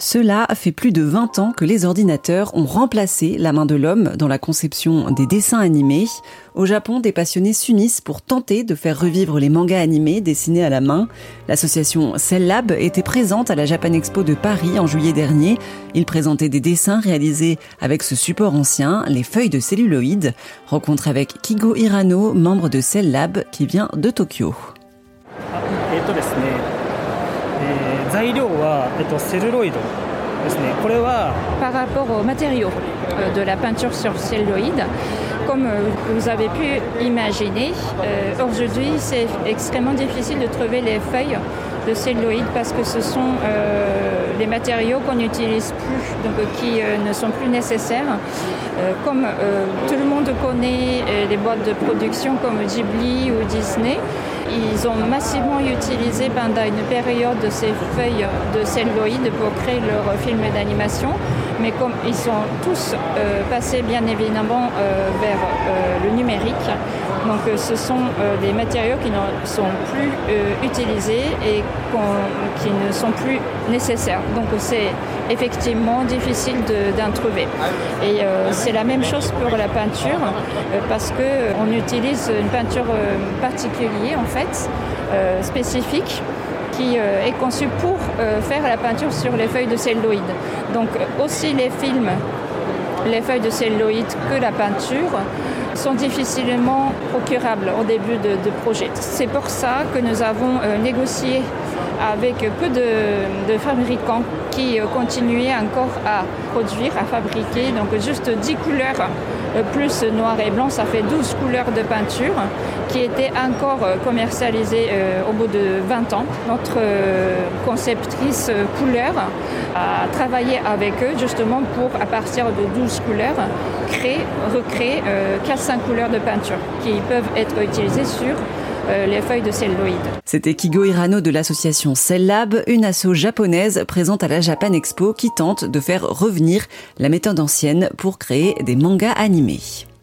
Cela fait plus de 20 ans que les ordinateurs ont remplacé la main de l'homme dans la conception des dessins animés. Au Japon, des passionnés s'unissent pour tenter de faire revivre les mangas animés dessinés à la main. L'association Cell Lab était présente à la Japan Expo de Paris en juillet dernier. Ils présentaient des dessins réalisés avec ce support ancien, les feuilles de celluloïd. Rencontre avec Kigo Hirano, membre de Cell Lab qui vient de Tokyo. 材料はセルロイドですね。これは Par rapport aux matériaux de la peinture sur celluloïd, comme vous avez pu imaginer, aujourd'hui c'est extrêmement difficile de trouver les feuilles de celluloïd parce que ce sont les matériaux qu'on n'utilise plus, donc qui ne sont plus nécessaires. Comme tout le monde connaît les boîtes de production comme Ghibli ou Disney, ils ont massivement utilisé pendant une période ces feuilles de celluloïd pour créer leurs films d'animation. Mais comme ils sont tous passés bien évidemment vers le numérique, donc ce sont des matériaux qui ne sont plus utilisés et qui ne sont plus nécessaires. Donc c'est effectivement difficile d'en trouver. Et c'est la même chose pour la peinture parce qu'on utilise une peinture particulière en fait, spécifique, qui est conçu pour faire la peinture sur les feuilles de celluloïd. Donc aussi les films, les feuilles de celluloïd que la peinture sont difficilement procurables au début de projet. C'est pour ça que nous avons négocié avec peu de fabricants qui continuaient encore à produire, à fabriquer. Donc juste 10 couleurs plus noir et blanc, ça fait 12 couleurs de peinture qui étaient encore commercialisées au bout de 20 ans. Notre conceptrice couleur a travaillé avec eux justement pour, à partir de 12 couleurs, recréer 4-5 couleurs de peinture qui peuvent être utilisées sur les feuilles de celluloïd. C'était Kigo Hirano de l'association Cell Lab, une asso japonaise présente à la Japan Expo qui tente de faire revenir la méthode ancienne pour créer des mangas animés.